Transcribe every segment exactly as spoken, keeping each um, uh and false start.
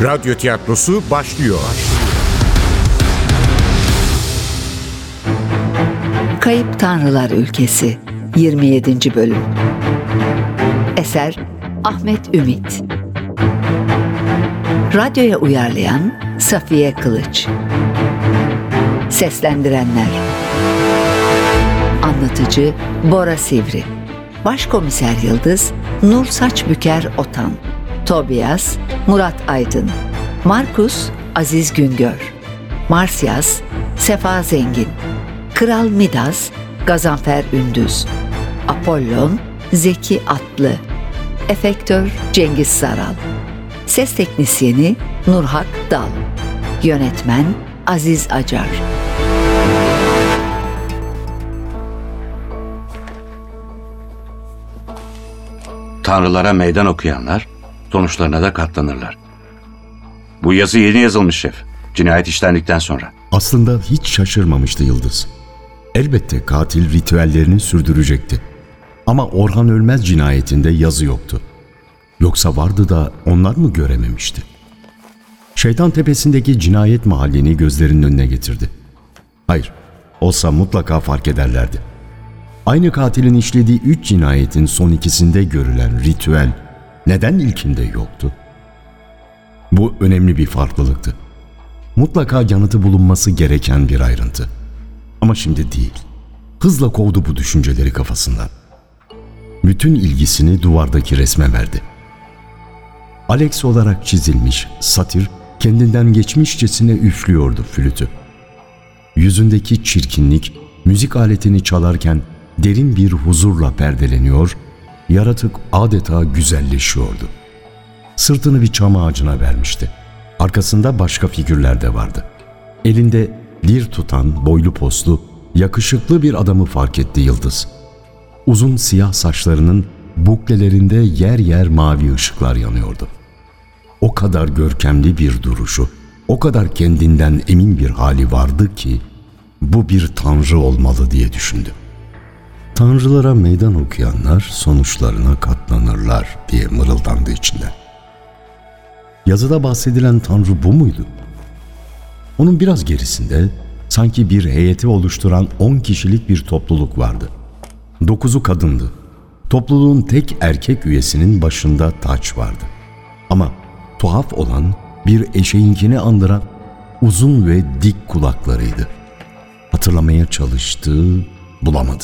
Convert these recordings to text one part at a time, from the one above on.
Radyo tiyatrosu başlıyor. Kayıp Tanrılar Ülkesi yirmi yedinci bölüm. Eser Ahmet Ümit. Radyoya uyarlayan Safiye Kılıç. Seslendirenler: Anlatıcı Bora Sivri, Başkomiser Yıldız Nur Saçbüker Otan, Tobias Murat Aydın, Markus Aziz Güngör, Marsyas Sefa Zengin, Kral Midas Gazanfer Ündüz, Apollon Zeki Atlı, Efektör Cengiz Saral, Ses Teknisyeni Nurhak Dal, Yönetmen Aziz Acar. Tanrılara meydan okuyanlar sonuçlarına da katlanırlar. Bu yazı yeni yazılmış şef. Cinayet işlendikten sonra. Aslında hiç şaşırmamıştı Yıldız. Elbette katil ritüellerini sürdürecekti. Ama Orhan Ölmez cinayetinde yazı yoktu. Yoksa vardı da onlar mı görememişti? Şeytan Tepesi'ndeki cinayet mahallini gözlerinin önüne getirdi. Hayır, olsa mutlaka fark ederlerdi. Aynı katilin işlediği üç cinayetin son ikisinde görülen ritüel neden ilkinde yoktu? Bu önemli bir farklılıktı. Mutlaka yanıtı bulunması gereken bir ayrıntı. Ama şimdi değil. Hızla kovdu bu düşünceleri kafasından. Bütün ilgisini duvardaki resme verdi. Alex olarak çizilmiş satir kendinden geçmişçesine üflüyordu flütü. Yüzündeki çirkinlik müzik aletini çalarken derin bir huzurla perdeleniyor, yaratık adeta güzelleşiyordu. Sırtını bir çam ağacına vermişti. Arkasında başka figürler de vardı. Elinde lir tutan boylu poslu, yakışıklı bir adamı fark etti Yıldız. Uzun siyah saçlarının buklelerinde yer yer mavi ışıklar yanıyordu. O kadar görkemli bir duruşu, o kadar kendinden emin bir hali vardı ki bu bir tanrı olmalı diye düşündü. Tanrılara meydan okuyanlar sonuçlarına katlanırlar diye mırıldandı içinden. Yazıda bahsedilen tanrı bu muydu? Onun biraz gerisinde sanki bir heyeti oluşturan on kişilik bir topluluk vardı. Dokuzu kadındı. Topluluğun tek erkek üyesinin başında taç vardı. Ama tuhaf olan bir eşeğinkini andıran uzun ve dik kulaklarıydı. Hatırlamaya çalıştı, bulamadı.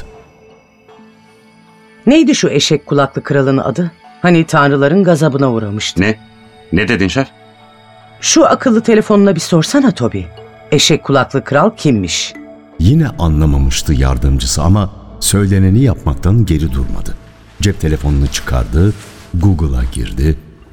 Neydi şu eşek kulaklı kralın adı? Hani tanrıların gazabına uğramıştı. Ne? Ne dedin şef? Şu akıllı telefonuna bir sorsana Toby. Eşek kulaklı kral kimmiş? Yine anlamamıştı yardımcısı ama söyleneni yapmaktan geri durmadı. Cep telefonunu çıkardı, Google'a girdi.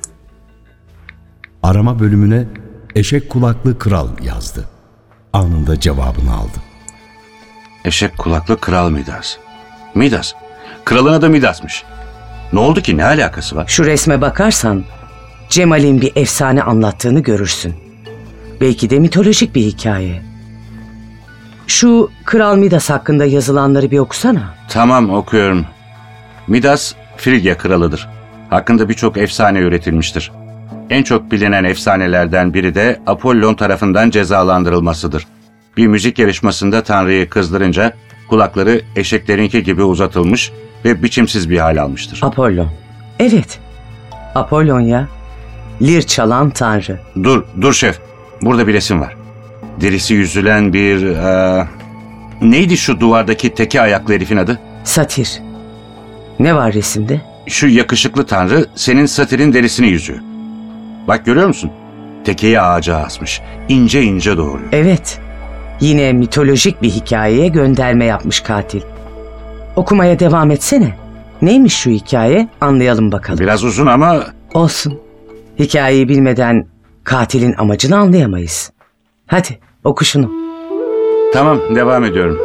Arama bölümüne eşek kulaklı kral yazdı. Anında cevabını aldı. Eşek kulaklı kral Midas. Midas. Kralın adı Midas'mış. Ne oldu ki, ne alakası var? Şu resme bakarsan Cemal'in bir efsane anlattığını görürsün. Belki de mitolojik bir hikaye. Şu Kral Midas hakkında yazılanları bir okusana. Tamam, okuyorum. Midas, Frigya kralıdır. Hakkında birçok efsane üretilmiştir. En çok bilinen efsanelerden biri de Apollon tarafından cezalandırılmasıdır. Bir müzik yarışmasında Tanrı'yı kızdırınca kulakları eşeklerinki gibi uzatılmış ve biçimsiz bir hal almıştır. Apollon. Evet. Apollon ya. Lir çalan tanrı. Dur, dur şef. Burada bir resim var. Derisi yüzülen bir... Ee, neydi şu duvardaki teke ayaklı herifin adı? Satir. Ne var resimde? Şu yakışıklı tanrı senin satirin derisini yüzüyor. Bak, görüyor musun? Tekeyi ağaca asmış. İnce ince doğruyor. Evet. Yine mitolojik bir hikayeye gönderme yapmış katil. Okumaya devam etsene. Neymiş şu hikaye? Anlayalım bakalım. Biraz uzun ama... Olsun. Hikayeyi bilmeden katilin amacını anlayamayız. Hadi oku şunu. Tamam, devam ediyorum.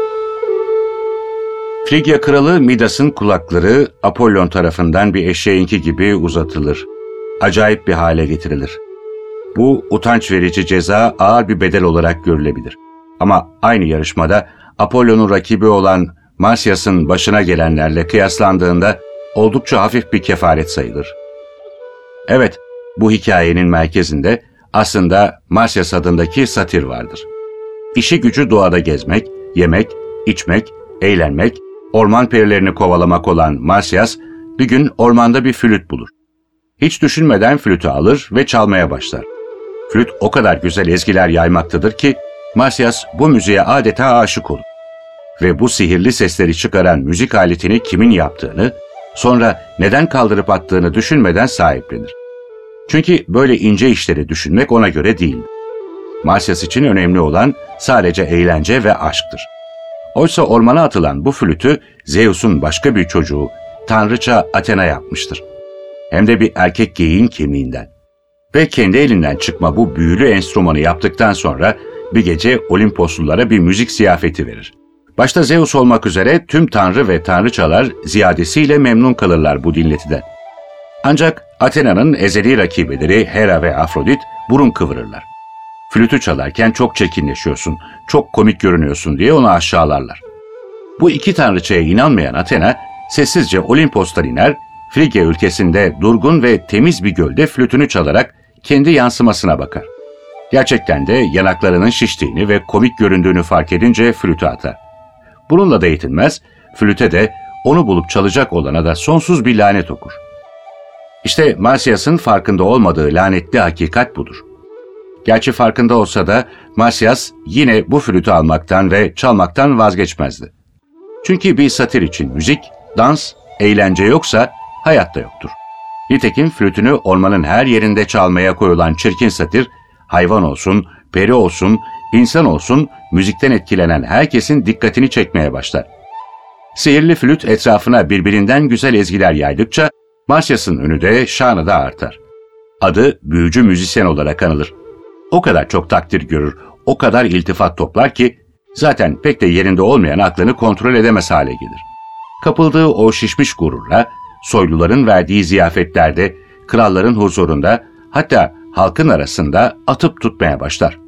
Frigya kralı Midas'ın kulakları Apollon tarafından bir eşeğinki gibi uzatılır. Acayip bir hale getirilir. Bu utanç verici ceza ağır bir bedel olarak görülebilir. Ama aynı yarışmada Apollon'un rakibi olan Marsyas'ın başına gelenlerle kıyaslandığında oldukça hafif bir kefaret sayılır. Evet, Bu hikayenin merkezinde aslında Marsyas adındaki satir vardır. İşi gücü doğada gezmek, yemek, içmek, eğlenmek, orman perilerini kovalamak olan Marsyas bir gün ormanda bir flüt bulur. Hiç düşünmeden flütü alır ve çalmaya başlar. Flüt o kadar güzel ezgiler yaymaktadır ki Marsyas bu müziğe adeta aşık olur. Ve bu sihirli sesleri çıkaran müzik aletini kimin yaptığını, sonra neden kaldırıp attığını düşünmeden sahiplenir. Çünkü böyle ince işleri düşünmek ona göre değil. Marsyas için önemli olan sadece eğlence ve aşktır. Oysa ormana atılan bu flütü Zeus'un başka bir çocuğu, tanrıça Athena yapmıştır. Hem de bir erkek geyiğin kemiğinden. Ve kendi elinden çıkma bu büyülü enstrümanı yaptıktan sonra bir gece Olimposlulara bir müzik ziyafeti verir. Başta Zeus olmak üzere tüm tanrı ve tanrıçalar ziyadesiyle memnun kalırlar bu dinletiden. Ancak Athena'nın ezeli rakibeleri Hera ve Afrodit burun kıvırırlar. Flütü çalarken çok çirkinleşiyorsun, çok komik görünüyorsun diye onu aşağılarlar. Bu iki tanrıçaya inanmayan Athena sessizce Olimpos'tan iner, Frigya ülkesinde durgun ve temiz bir gölde flütünü çalarak kendi yansımasına bakar. Gerçekten de yanaklarının şiştiğini ve komik göründüğünü fark edince flütü atar. Bununla da yetinmez, flüte de onu bulup çalacak olana da sonsuz bir lanet okur. İşte Marsyas'ın farkında olmadığı lanetli hakikat budur. Gerçi farkında olsa da Marsyas yine bu flütü almaktan ve çalmaktan vazgeçmezdi. Çünkü bir satir için müzik, dans, eğlence yoksa hayatta yoktur. Nitekim flütünü ormanın her yerinde çalmaya koyulan çirkin satir, hayvan olsun, peri olsun, insan olsun, müzikten etkilenen herkesin dikkatini çekmeye başlar. Sihirli flüt etrafına birbirinden güzel ezgiler yaydıkça Marsyas'ın önü de şanı da artar. Adı büyücü müzisyen olarak anılır. O kadar çok takdir görür, o kadar iltifat toplar ki zaten pek de yerinde olmayan aklını kontrol edemez hale gelir. Kapıldığı o şişmiş gururla soyluların verdiği ziyafetlerde, kralların huzurunda, hatta halkın arasında atıp tutmaya başlar.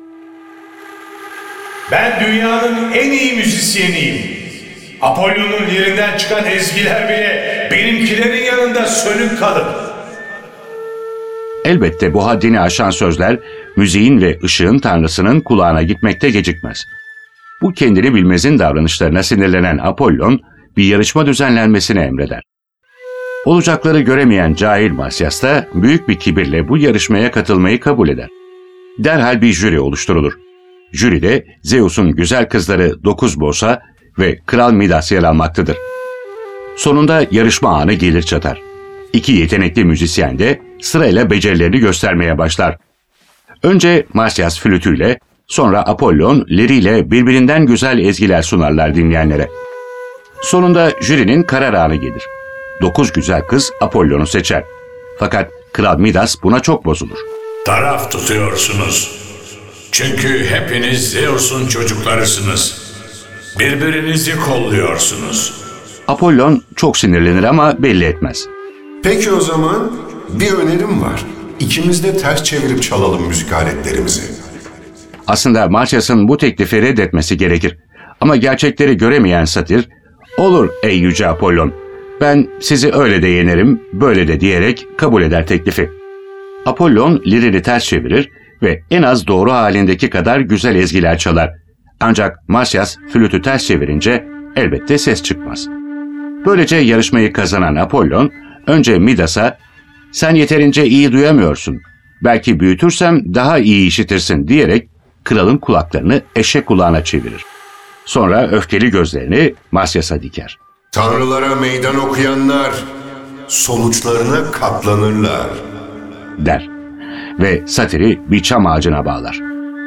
Ben dünyanın en iyi müzisyeniyim. Apollon'un yerinden çıkan ezgiler bile benimkilerin yanında sönük kalır. Elbette bu haddini aşan sözler müziğin ve ışığın tanrısının kulağına gitmekte gecikmez. Bu kendini bilmezin davranışlarına sinirlenen Apollon bir yarışma düzenlenmesini emreder. Olacakları göremeyen cahil Marsyas da büyük bir kibirle bu yarışmaya katılmayı kabul eder. Derhal bir jüri oluşturulur. Jüride Zeus'un güzel kızları dokuz boğsa ve Kral Midas yer almaktadır. Sonunda yarışma anı gelir çatar. İki yetenekli müzisyen de sırayla becerilerini göstermeye başlar. Önce Marsyas flütüyle, sonra Apollon liriyle birbirinden güzel ezgiler sunarlar dinleyenlere. Sonunda jürinin karar anı gelir. Dokuz güzel kız Apollon'u seçer. Fakat Kral Midas buna çok bozulur. Taraf tutuyorsunuz. Çünkü hepiniz Zeus'un çocuklarısınız. Birbirinizi kolluyorsunuz. Apollon çok sinirlenir ama belli etmez. Peki o zaman bir önerim var. İkimiz de ters çevirip çalalım müzik aletlerimizi. Aslında Marsyas'ın bu teklifi reddetmesi gerekir. Ama gerçekleri göremeyen satir, "Olur ey yüce Apollon, ben sizi öyle de yenerim, böyle de" diyerek kabul eder teklifi. Apollon lirini ters çevirir ve en az doğru halindeki kadar güzel ezgiler çalar. Ancak Marsyas flütü ters çevirince elbette ses çıkmaz. Böylece yarışmayı kazanan Apollon önce Midas'a "Sen yeterince iyi duyamıyorsun, belki büyütürsem daha iyi işitirsin" diyerek kralın kulaklarını eşek kulağına çevirir. Sonra öfkeli gözlerini Marsyas'a diker. Tanrılara meydan okuyanlar sonuçlarına katlanırlar der ve satiri bir çam ağacına bağlar.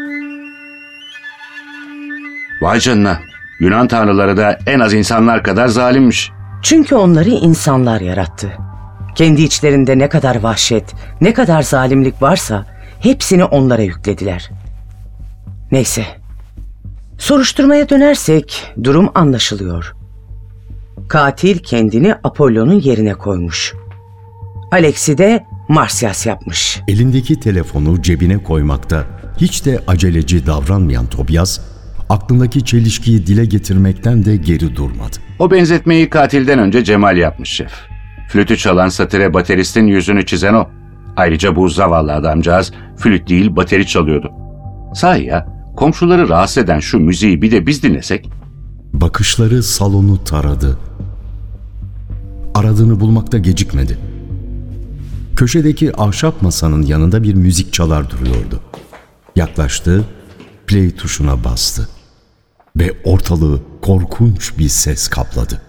Vay canına, Yunan tanrıları da en az insanlar kadar zalimmiş. Çünkü onları insanlar yarattı. Kendi içlerinde ne kadar vahşet, ne kadar zalimlik varsa hepsini onlara yüklediler. Neyse, soruşturmaya dönersek durum anlaşılıyor. Katil kendini Apollon'un yerine koymuş. Alex'i de Marsyas yapmış. Elindeki telefonu cebine koymakta hiç de aceleci davranmayan Tobias, aklındaki çelişkiyi dile getirmekten de geri durmadı. O benzetmeyi katilden önce Cemal yapmış şef. Flütü çalan satire bateristin yüzünü çizen o. Ayrıca bu zavallı adamcağız flüt değil bateri çalıyordu. Sahi ya, komşuları rahatsız eden şu müziği bir de biz dinlesek? Bakışları salonu taradı. Aradığını bulmakta gecikmedi. Köşedeki ahşap masanın yanında bir müzik çalar duruyordu. Yaklaştı, play tuşuna bastı ve ortalığı korkunç bir ses kapladı.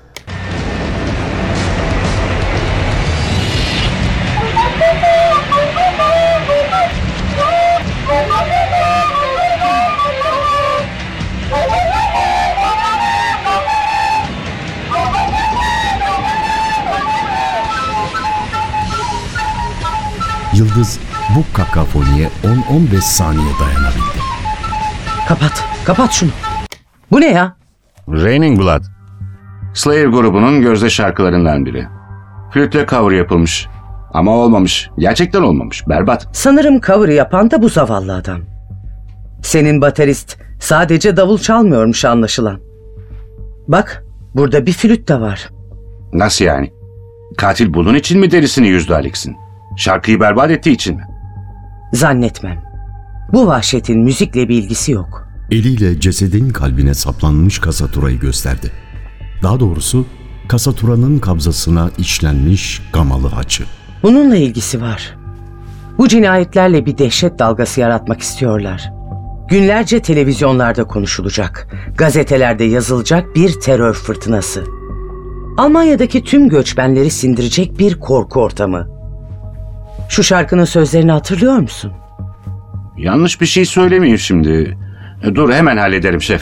Yıldız bu kakafoniye on on beş saniye dayanabildi. Kapat, kapat şunu. Bu ne ya? Raining Blood. Slayer grubunun gözde şarkılarından biri. Flütle cover yapılmış. Ama olmamış. Gerçekten olmamış. Berbat. Sanırım cover yapan da bu zavallı adam. Senin baterist sadece davul çalmıyormuş anlaşılan. Bak, burada bir flüt de var. Nasıl yani? Katil bunun için mi derisini yüzdü Alex'in? Şarkıyı berbat ettiği için mi? Zannetmem. Bu vahşetin müzikle bir ilgisi yok. Eliyle cesedin kalbine saplanmış kasaturayı gösterdi. Daha doğrusu kasaturanın kabzasına işlenmiş gamalı haçı. Bununla ilgisi var. Bu cinayetlerle bir dehşet dalgası yaratmak istiyorlar. Günlerce televizyonlarda konuşulacak, gazetelerde yazılacak bir terör fırtınası. Almanya'daki tüm göçmenleri sindirecek bir korku ortamı. Şu şarkının sözlerini hatırlıyor musun? Yanlış bir şey söylemeyeyim şimdi. Dur, hemen hallederim şef.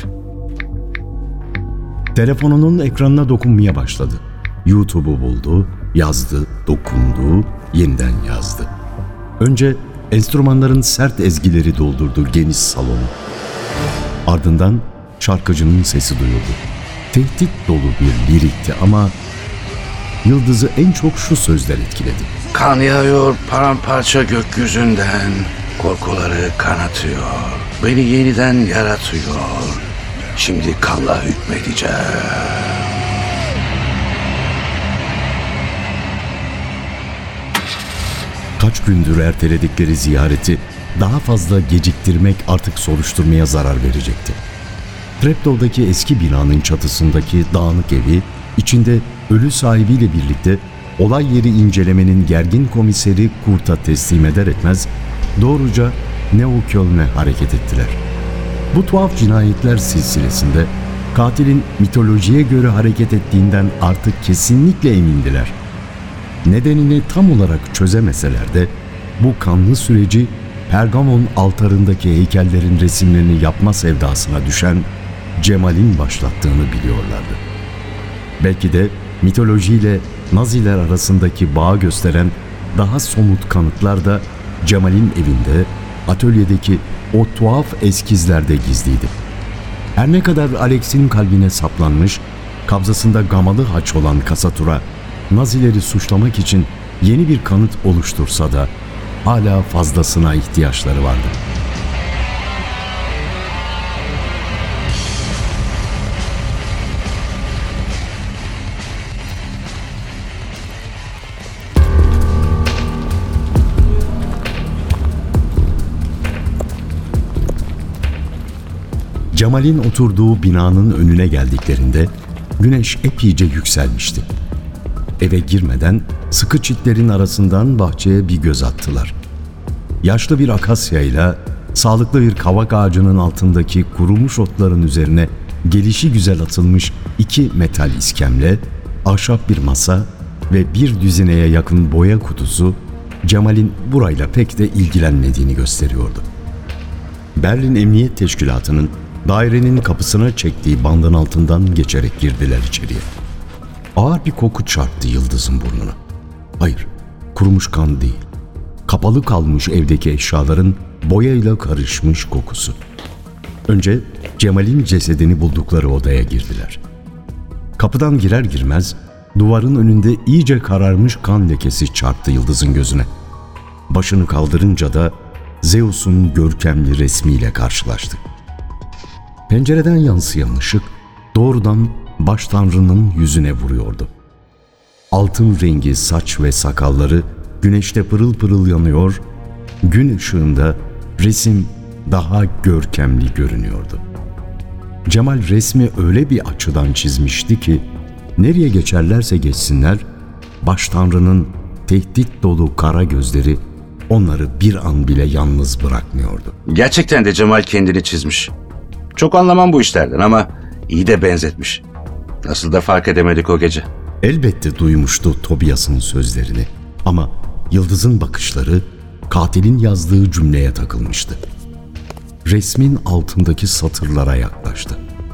Telefonunun ekranına dokunmaya başladı. YouTube'u buldu, yazdı, dokundu, yeniden yazdı. Önce enstrümanların sert ezgileri doldurdu geniş salonu. Ardından şarkıcının sesi duyuldu. Tehdit dolu bir lirikti ama Yıldız'ı en çok şu sözler etkiledi. Kan yağıyor paramparça gökyüzünden, korkuları kanatıyor, beni yeniden yaratıyor. Şimdi kanla hükmedeceğim. Kaç gündür erteledikleri ziyareti daha fazla geciktirmek artık soruşturmaya zarar verecekti. Treptow'daki eski binanın çatısındaki dağınık evi, içinde ölü sahibiyle birlikte olay yeri incelemenin gergin komiseri Kurt'a teslim eder etmez doğruca Neukölln'e hareket ettiler. Bu tuhaf cinayetler silsilesinde katilin mitolojiye göre hareket ettiğinden artık kesinlikle emindiler. Nedenini tam olarak çözemeseler de bu kanlı süreci Pergamon altarındaki heykellerin resimlerini yapma sevdasına düşen Cemal'in başlattığını biliyorlardı. Belki de mitolojiyle Naziler arasındaki bağı gösteren daha somut kanıtlar da Cemal'in evinde, atölyedeki o tuhaf eskizlerde gizliydi. Her ne kadar Alex'in kalbine saplanmış, kabzasında gamalı haç olan kasatura, Nazileri suçlamak için yeni bir kanıt oluştursa da hala fazlasına ihtiyaçları vardı. Cemal'in oturduğu binanın önüne geldiklerinde güneş epeyce yükselmişti. Eve girmeden sıkı çitlerin arasından bahçeye bir göz attılar. Yaşlı bir akasyayla sağlıklı bir kavak ağacının altındaki kurumuş otların üzerine gelişi güzel atılmış iki metal iskemle, ahşap bir masa ve bir düzineye yakın boya kutusu Cemal'in burayla pek de ilgilenmediğini gösteriyordu. Berlin Emniyet Teşkilatı'nın dairenin kapısına çektiği bandın altından geçerek girdiler içeriye. Ağır bir koku çarptı Yıldız'ın burnuna. Hayır, kurumuş kan değil. Kapalı kalmış evdeki eşyaların boyayla karışmış kokusu. Önce Cemal'in cesedini buldukları odaya girdiler. Kapıdan girer girmez duvarın önünde iyice kararmış kan lekesi çarptı Yıldız'ın gözüne. Başını kaldırınca da Zeus'un görkemli resmiyle karşılaştı. Pencereden yansıyan ışık doğrudan baş tanrının yüzüne vuruyordu. Altın rengi saç ve sakalları güneşte pırıl pırıl yanıyor, gün ışığında resim daha görkemli görünüyordu. Cemal resmi öyle bir açıdan çizmişti ki, nereye geçerlerse geçsinler, Baştanrı'nın tehdit dolu kara gözleri onları bir an bile yalnız bırakmıyordu. Gerçekten de Cemal kendini çizmiş. Çok anlamam bu işlerden ama iyi de benzetmiş. Nasıl da fark edemedik o gece. Elbette duymuştu Tobias'ın sözlerini ama Yıldız'ın bakışları katilin yazdığı cümleye takılmıştı. Resmin altındaki satırlara yaklaştı.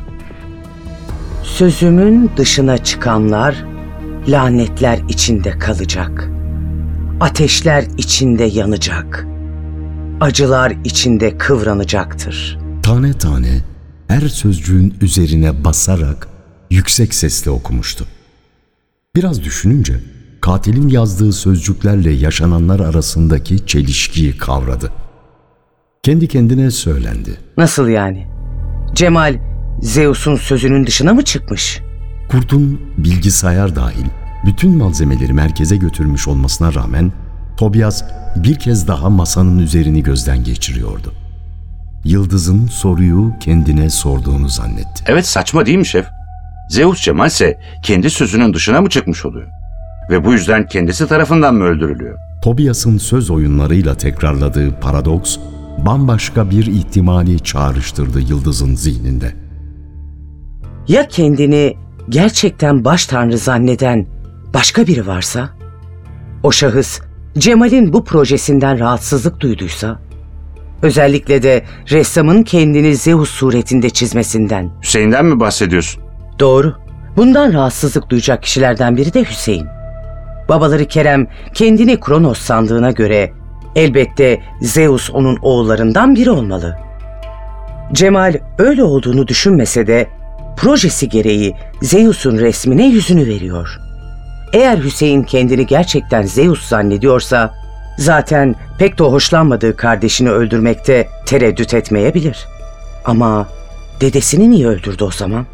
Sözümün dışına çıkanlar lanetler içinde kalacak. Ateşler içinde yanacak. Acılar içinde kıvranacaktır. Tane tane her sözcüğün üzerine basarak yüksek sesle okumuştu. Biraz düşününce katilin yazdığı sözcüklerle yaşananlar arasındaki çelişkiyi kavradı. Kendi kendine söylendi. Nasıl yani? Cemal Zeus'un sözünün dışına mı çıkmış? Kurt'un bilgisayar dahil bütün malzemeleri merkeze götürmüş olmasına rağmen Tobias bir kez daha masanın üzerini gözden geçiriyordu. Yıldız'ın soruyu kendine sorduğunu zannetti. Evet, saçma değil mi şef? Zeus Cemal ise kendi sözünün dışına mı çıkmış oluyor? Ve bu yüzden kendisi tarafından mı öldürülüyor? Tobias'ın söz oyunlarıyla tekrarladığı paradoks bambaşka bir ihtimali çağrıştırdı Yıldız'ın zihninde. Ya kendini gerçekten baş tanrı zanneden başka biri varsa? O şahıs Cemal'in bu projesinden rahatsızlık duyduysa? Özellikle de ressamın kendini Zeus suretinde çizmesinden. Hüseyin'den mi bahsediyorsun? Doğru. Bundan rahatsızlık duyacak kişilerden biri de Hüseyin. Babaları Kerem kendini Kronos sandığına göre elbette Zeus onun oğullarından biri olmalı. Cemal öyle olduğunu düşünmese de projesi gereği Zeus'un resmine yüzünü veriyor. Eğer Hüseyin kendini gerçekten Zeus zannediyorsa zaten pek de hoşlanmadığı kardeşini öldürmekte tereddüt etmeyebilir. Ama dedesini niye öldürdü o zaman?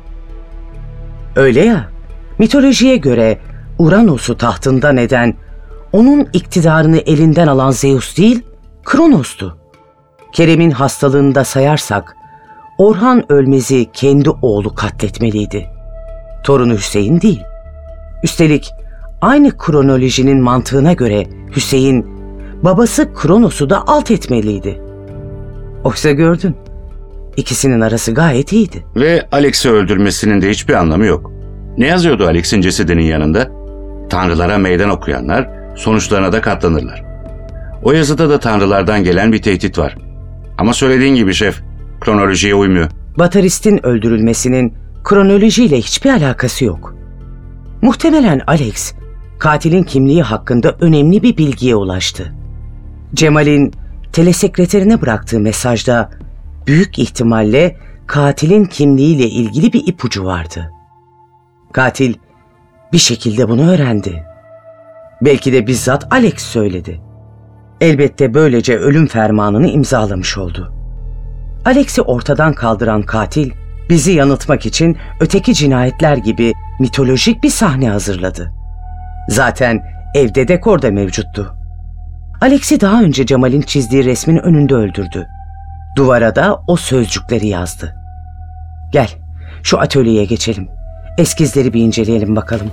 Öyle ya, mitolojiye göre Uranos'u tahtından eden, onun iktidarını elinden alan Zeus değil, Kronos'tu. Kerem'in hastalığını da sayarsak, Orhan Ölmez'i kendi oğlu katletmeliydi. Torunu Hüseyin değil. Üstelik aynı kronolojinin mantığına göre Hüseyin, babası Kronos'u da alt etmeliydi. Oysa gördün, ikisinin arası gayet iyiydi. Ve Alex'i öldürmesinin de hiçbir anlamı yok. Ne yazıyordu Alex'in cesedinin yanında? Tanrılara meydan okuyanlar sonuçlarına da katlanırlar. O yazıda da tanrılardan gelen bir tehdit var. Ama söylediğin gibi şef, kronolojiye uymuyor. Bataristin öldürülmesinin kronolojiyle hiçbir alakası yok. Muhtemelen Alex, katilin kimliği hakkında önemli bir bilgiye ulaştı. Cemal'in telesekreterine bıraktığı mesajda büyük ihtimalle katilin kimliğiyle ilgili bir ipucu vardı. Katil bir şekilde bunu öğrendi. Belki de bizzat Alex söyledi. Elbette böylece ölüm fermanını imzalamış oldu. Alex'i ortadan kaldıran katil, bizi yanıltmak için öteki cinayetler gibi mitolojik bir sahne hazırladı. Zaten evde dekor da mevcuttu. Alex'i daha önce Cemal'in çizdiği resmin önünde öldürdü. Duvara da o sözcükleri yazdı. Gel, şu atölyeye geçelim. Eskizleri bir inceleyelim bakalım.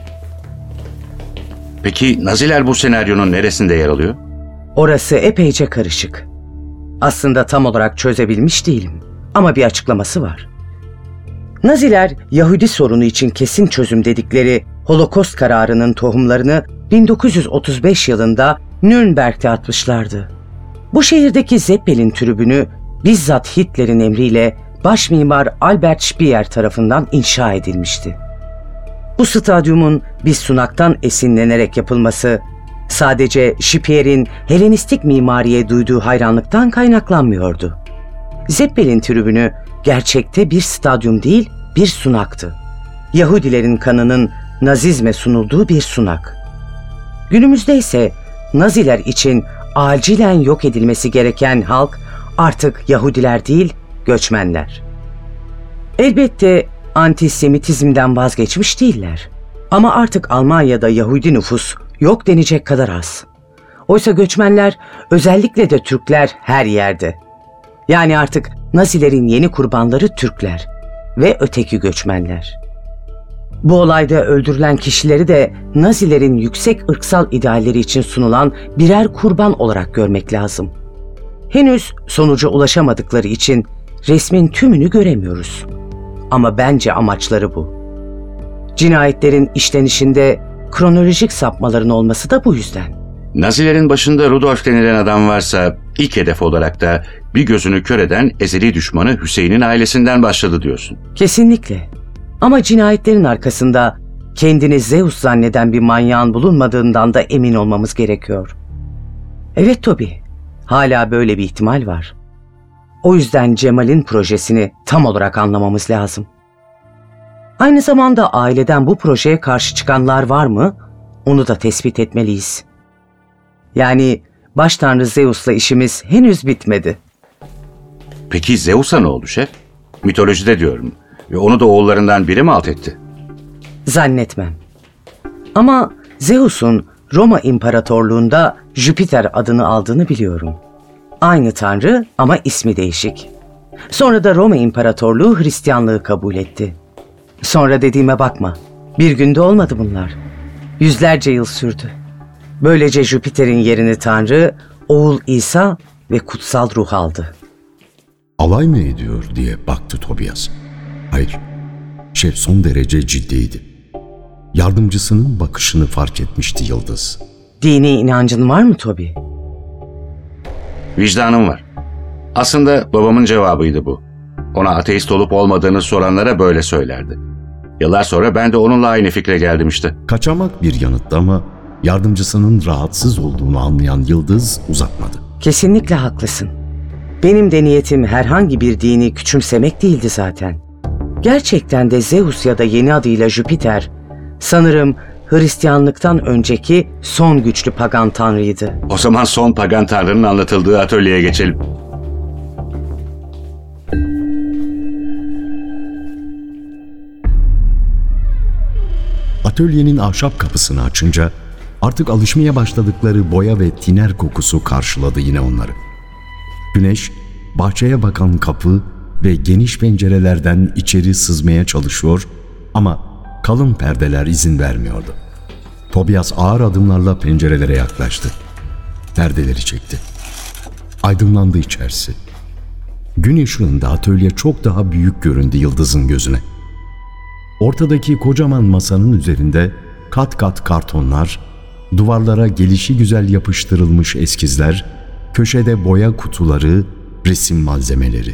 Peki Naziler bu senaryonun neresinde yer alıyor? Orası epeyce karışık. Aslında tam olarak çözebilmiş değilim. Ama bir açıklaması var. Naziler Yahudi sorunu için kesin çözüm dedikleri Holokost kararının tohumlarını bin dokuz yüz otuz beş yılında Nürnberg'de atmışlardı. Bu şehirdeki Zeppelin tribünü bizzat Hitler'in emriyle baş mimar Albert Speer tarafından inşa edilmişti. Bu stadyumun bir sunaktan esinlenerek yapılması sadece Speer'in Helenistik mimariye duyduğu hayranlıktan kaynaklanmıyordu. Zeppelin tribünü gerçekte bir stadyum değil, bir sunaktı. Yahudilerin kanının Nazizme sunulduğu bir sunak. Günümüzde ise Naziler için acilen yok edilmesi gereken halk artık Yahudiler değil, göçmenler. Elbette antisemitizmden vazgeçmiş değiller. Ama artık Almanya'da Yahudi nüfus yok denecek kadar az. Oysa göçmenler, özellikle de Türkler her yerde. Yani artık Nazilerin yeni kurbanları Türkler ve öteki göçmenler. Bu olayda öldürülen kişileri de Nazilerin yüksek ırksal idealleri için sunulan birer kurban olarak görmek lazım. Henüz sonuca ulaşamadıkları için resmin tümünü göremiyoruz. Ama bence amaçları bu. Cinayetlerin işlenişinde kronolojik sapmaların olması da bu yüzden. Nazilerin başında Rudolf denilen adam varsa ilk hedef olarak da bir gözünü kör eden ezeli düşmanı Hüseyin'in ailesinden başladı diyorsun. Kesinlikle. Ama cinayetlerin arkasında kendini Zeus zanneden bir manyağın bulunmadığından da emin olmamız gerekiyor. Evet Toby, hala böyle bir ihtimal var. O yüzden Cemal'in projesini tam olarak anlamamız lazım. Aynı zamanda aileden bu projeye karşı çıkanlar var mı? Onu da tespit etmeliyiz. Yani baş tanrı Zeus'la işimiz henüz bitmedi. Peki Zeus'a ne oldu şef? Mitolojide diyorum. Ve onu da oğullarından biri mi alt etti? Zannetmem. Ama Zeus'un Roma İmparatorluğunda Jüpiter adını aldığını biliyorum. Aynı tanrı ama ismi değişik. Sonra da Roma İmparatorluğu Hristiyanlığı kabul etti. Sonra dediğime bakma. Bir günde olmadı bunlar. Yüzlerce yıl sürdü. Böylece Jüpiter'in yerini Tanrı, oğul İsa ve kutsal ruh aldı. Alay mı ediyor diye baktı Tobias. Hayır, şef son derece ciddiydi. Yardımcısının bakışını fark etmişti Yıldız. Dini inancın var mı Toby? Vicdanım var. Aslında babamın cevabıydı bu. Ona ateist olup olmadığını soranlara böyle söylerdi. Yıllar sonra ben de onunla aynı fikre geldim işte. Kaçamak bir yanıttı ama yardımcısının rahatsız olduğunu anlayan Yıldız uzatmadı. Kesinlikle haklısın. Benim de niyetim herhangi bir dini küçümsemek değildi zaten. Gerçekten de Zeus ya da yeni adıyla Jüpiter, sanırım Hristiyanlıktan önceki son güçlü pagan tanrıydı. O zaman son pagan tanrının anlatıldığı atölyeye geçelim. Atölyenin ahşap kapısını açınca artık alışmaya başladıkları boya ve tiner kokusu karşıladı yine onları. Güneş, bahçeye bakan kapı ve geniş pencerelerden içeri sızmaya çalışıyor ama kalın perdeler izin vermiyordu. Tobias ağır adımlarla pencerelere yaklaştı. Perdeleri çekti. Aydınlandı içerisi. Gün ışığında atölye çok daha büyük göründü Yıldız'ın gözüne. Ortadaki kocaman masanın üzerinde kat kat kartonlar, duvarlara gelişigüzel yapıştırılmış eskizler, köşede boya kutuları, resim malzemeleri.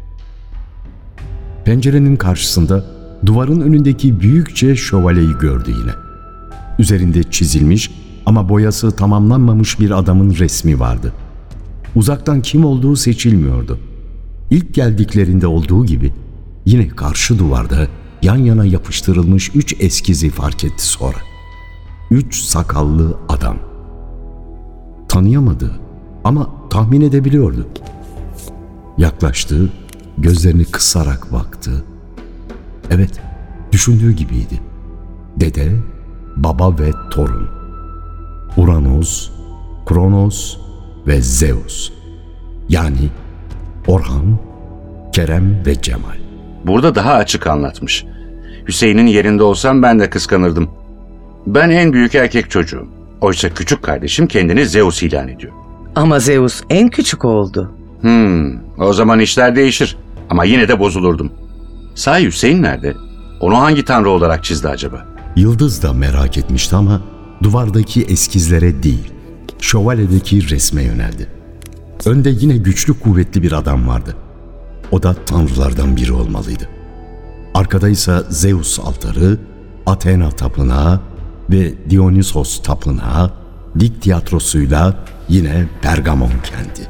Pencerenin karşısında duvarın önündeki büyükçe şövalyeyi gördü yine. Üzerinde çizilmiş ama boyası tamamlanmamış bir adamın resmi vardı. Uzaktan kim olduğu seçilmiyordu. İlk geldiklerinde olduğu gibi yine karşı duvarda yan yana yapıştırılmış üç eskizi fark etti sonra. Üç sakallı adam. Tanıyamadı ama tahmin edebiliyordu. Yaklaştı, gözlerini kısarak baktı. Evet, düşündüğü gibiydi. Dede, baba ve torun. Uranos, Kronos ve Zeus. Yani Orhan, Kerem ve Cemal. Burada daha açık anlatmış. Hüseyin'in yerinde olsam ben de kıskanırdım. Ben en büyük erkek çocuğum. Oysa küçük kardeşim kendini Zeus ilan ediyor. Ama Zeus en küçük oldu. Hmm, o zaman işler değişir. Ama yine de bozulurdum. Sahi Hüseyin nerede? Onu hangi tanrı olarak çizdi acaba? Yıldız da merak etmişti ama duvardaki eskizlere değil, şövalyedeki resme yöneldi. Önde yine güçlü kuvvetli bir adam vardı. O da tanrılardan biri olmalıydı. Arkada ise Zeus altarı, Athena tapınağı ve Dionysos tapınağı, dik tiyatrosuyla yine Pergamon kenti.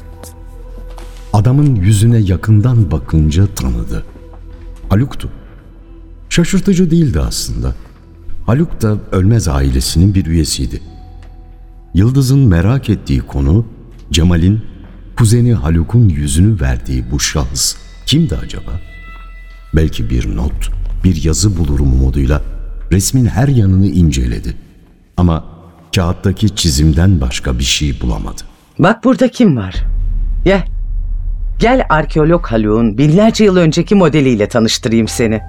Adamın yüzüne yakından bakınca tanıdı. Haluk'tu. Şaşırtıcı değildi aslında. Haluk da Ölmez ailesinin bir üyesiydi. Yıldız'ın merak ettiği konu, Cemal'in kuzeni Haluk'un yüzünü verdiği bu şahıs kimdi acaba? Belki bir not, bir yazı bulurum umuduyla resmin her yanını inceledi. Ama kağıttaki çizimden başka bir şey bulamadı. Bak burada kim var? Gel. Gel arkeolog Haluk'un binlerce yıl önceki modeliyle tanıştırayım seni.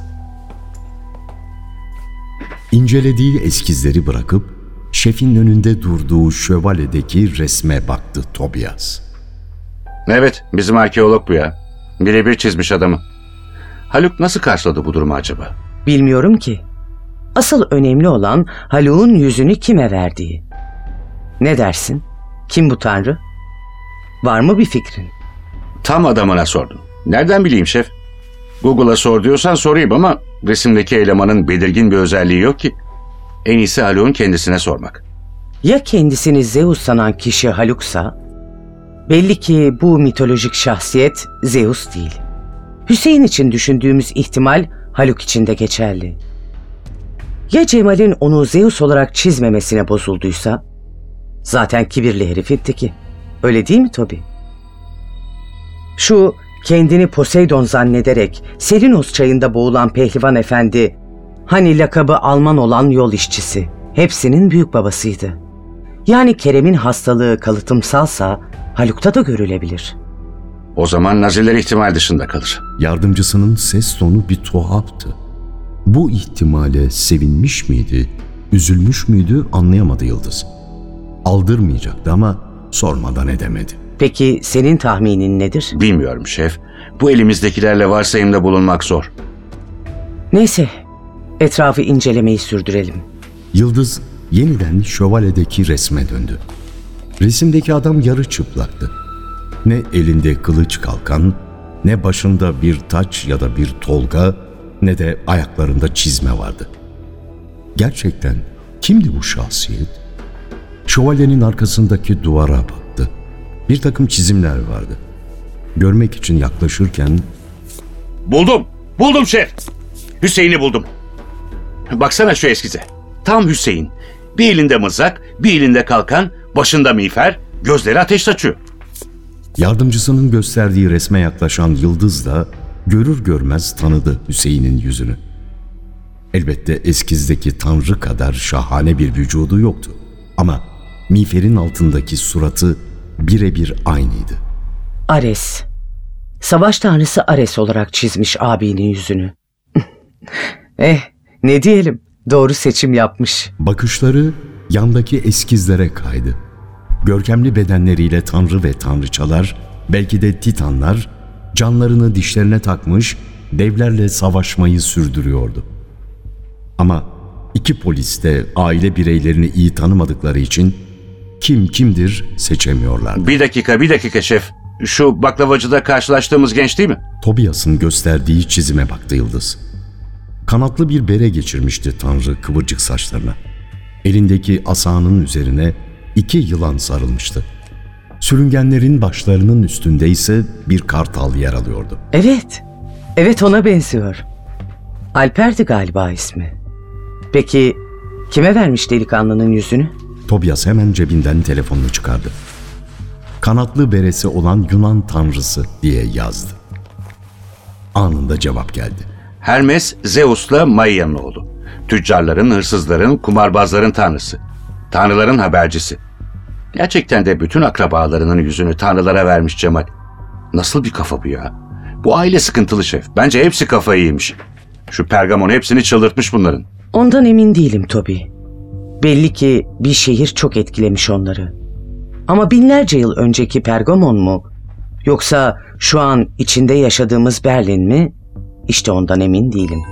İncelediği eskizleri bırakıp şefin önünde durduğu şövaledeki resme baktı Tobias. Evet, bizim arkeolog bu ya. Birebir çizmiş adamı. Haluk nasıl karşıladı bu durumu acaba? Bilmiyorum ki. Asıl önemli olan Haluk'un yüzünü kime verdiği. Ne dersin? Kim bu tanrı? Var mı bir fikrin? Tam adamına sordum. Nereden bileyim şef? Google'a sor diyorsan sorayım ama resimdeki elemanın belirgin bir özelliği yok ki. En iyisi Haluk'un kendisine sormak. Ya kendisini Zeus sanan kişi Haluk'sa? Belli ki bu mitolojik şahsiyet Zeus değil. Hüseyin için düşündüğümüz ihtimal Haluk için de geçerli. Ya Cemal'in onu Zeus olarak çizmemesine bozulduysa? Zaten kibirli herifin teki. Öyle değil mi Toby? Şu kendini Poseidon zannederek Selinos çayında boğulan pehlivan efendi, hani lakabı Alman olan yol işçisi, hepsinin büyük babasıydı. Yani Kerem'in hastalığı kalıtımsalsa Haluk'ta da görülebilir. O zaman Naziler ihtimal dışında kalır. Yardımcısının ses tonu bir tuhaftı. Bu ihtimale sevinmiş miydi, üzülmüş müydü anlayamadı Yıldız. Aldırmayacaktı ama sormadan edemedi. Peki senin tahminin nedir? Bilmiyorum şef. Bu elimizdekilerle varsayımda bulunmak zor. Neyse, etrafı incelemeyi sürdürelim. Yıldız yeniden şövaledeki resme döndü. Resimdeki adam yarı çıplaktı. Ne elinde kılıç kalkan, ne başında bir taç ya da bir tolga, ne de ayaklarında çizme vardı. Gerçekten kimdi bu şahsiyet? Şövalyenin arkasındaki duvara baktı. Bir takım çizimler vardı. Görmek için yaklaşırken... Buldum! Buldum şef! Hüseyin'i buldum. Baksana şu eskize. Tam Hüseyin. Bir elinde mızrak, bir elinde kalkan, başında miğfer, gözleri ateş saçıyor. Yardımcısının gösterdiği resme yaklaşan Yıldız da görür görmez tanıdı Hüseyin'in yüzünü. Elbette eskizdeki tanrı kadar şahane bir vücudu yoktu. Ama miğferin altındaki suratı birebir aynıydı. Ares. Savaş tanrısı Ares olarak çizmiş abinin yüzünü. eh, ne diyelim? Doğru seçim yapmış. Bakışları yandaki eskizlere kaydı. Görkemli bedenleriyle tanrı ve tanrıçalar, belki de titanlar, canlarını dişlerine takmış, devlerle savaşmayı sürdürüyordu. Ama iki polis de aile bireylerini iyi tanımadıkları için kim kimdir seçemiyorlardı. Bir dakika, bir dakika şef. Şu baklavacıda karşılaştığımız genç değil mi? Tobias'ın gösterdiği çizime baktı Yıldız. Kanatlı bir bere geçirmişti tanrı kıvırcık saçlarına. Elindeki asanın üzerine iki yılan sarılmıştı. Sürüngenlerin başlarının üstünde ise bir kartal yer alıyordu. Evet, evet ona benziyor. Alper'di galiba ismi. Peki kime vermiş delikanlının yüzünü? Tobias hemen cebinden telefonunu çıkardı. Kanatlı beresi olan Yunan tanrısı diye yazdı. Anında cevap geldi. Hermes, Zeus'la Maia'nın oğlu. Tüccarların, hırsızların, kumarbazların tanrısı. Tanrıların habercisi. Gerçekten de bütün akrabalarının yüzünü tanrılara vermiş Cemal. Nasıl bir kafa bu ya? Bu aile sıkıntılı şef. Bence hepsi kafayı yemiş. Şu Pergamon hepsini çıldırtmış bunların. Ondan emin değilim Toby. Belli ki bir şehir çok etkilemiş onları. Ama binlerce yıl önceki Pergamon mu? Yoksa şu an içinde yaşadığımız Berlin mi? İşte ondan emin değilim.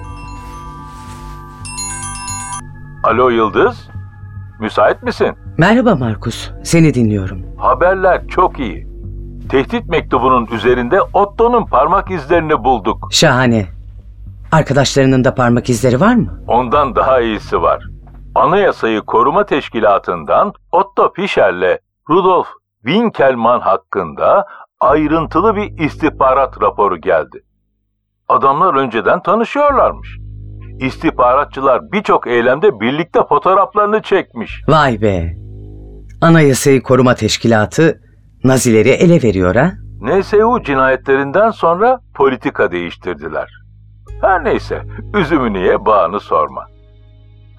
Alo Yıldız, müsait misin? Merhaba Markus, seni dinliyorum. Haberler çok iyi. Tehdit mektubunun üzerinde Otto'nun parmak izlerini bulduk. Şahane. Arkadaşlarının da parmak izleri var mı? Ondan daha iyisi var. Anayasayı Koruma Teşkilatı'ndan Otto Fischer'le Rudolf Winkelmann hakkında ayrıntılı bir istihbarat raporu geldi. Adamlar önceden tanışıyorlarmış. İstihbaratçılar birçok eylemde birlikte fotoğraflarını çekmiş. Vay be. Anayasayı Koruma Teşkilatı Nazileri ele veriyor ha? N S U cinayetlerinden sonra politika değiştirdiler. Her neyse, üzümü niye bağını sorma.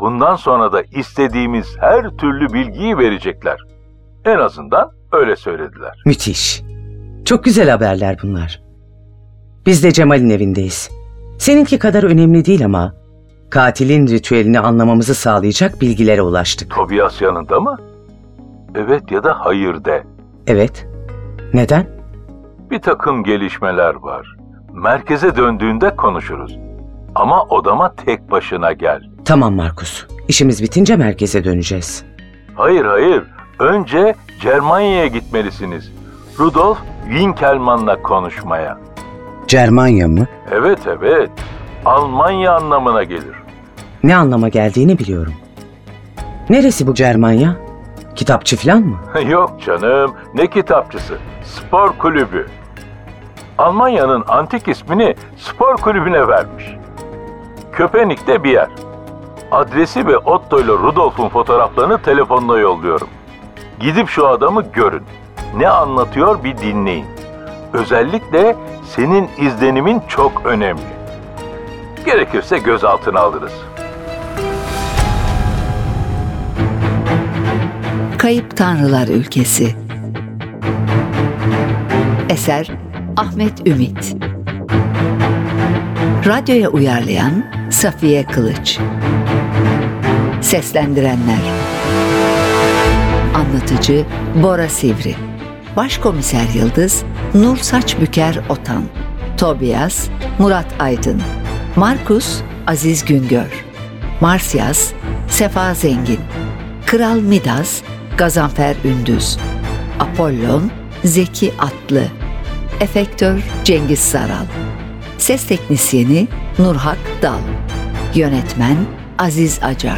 Bundan sonra da istediğimiz her türlü bilgiyi verecekler. En azından öyle söylediler. Müthiş. Çok güzel haberler bunlar. Biz de Cemal'in evindeyiz. Seninki kadar önemli değil ama katilin ritüelini anlamamızı sağlayacak bilgilere ulaştık. Tobias yanında mı? Evet ya da hayır de. Evet. Neden? Bir takım gelişmeler var. Merkeze döndüğünde konuşuruz. Ama odama tek başına gel. Tamam Markus. İşimiz bitince merkeze döneceğiz. Hayır hayır. Önce Cermanya'ya gitmelisiniz. Rudolf Winkelmann'la konuşmaya. Cermanya mı? Evet evet. Almanya anlamına gelir. Ne anlama geldiğini biliyorum. Neresi bu Cermanya? Kitapçı falan mı? Yok canım. Ne kitapçısı? Spor kulübü. Almanya'nın antik ismini spor kulübüne vermiş. Köpenick'te bir yer. Adresi ve Otto ile Rudolf'un fotoğraflarını telefonla yolluyorum. Gidip şu adamı görün. Ne anlatıyor bir dinleyin. Özellikle senin izlenimin çok önemli. Gerekirse gözaltına alırız. Kayıp Tanrılar Ülkesi. Eser Ahmet Ümit. Radyoya uyarlayan Safiye Kılıç. Seslendirenler: Anlatıcı Bora Sivri, Başkomiser Yıldız Nur Saçbüker Otan, Tobias Murat Aydın, Markus Aziz Güngör, Marsyas Sefa Zengin, Kral Midas Gazanfer Ündüz, Apollon Zeki Atlı, Efektör Cengiz Saral, Ses Teknisyeni Nurhak Dal, Yönetmen Aziz Acar.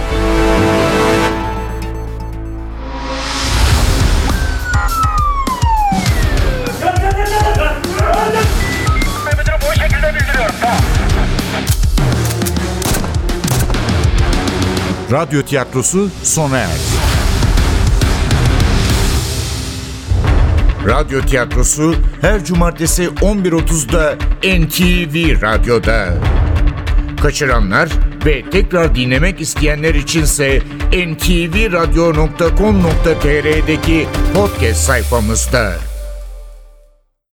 Radyo tiyatrosu sona erdi. Radyo tiyatrosu her cumartesi on bir otuzda N T V Radyo'da. Kaçıranlar ve tekrar dinlemek isteyenler içinse en ti vi radyo nokta com nokta tr''deki podcast sayfamızda.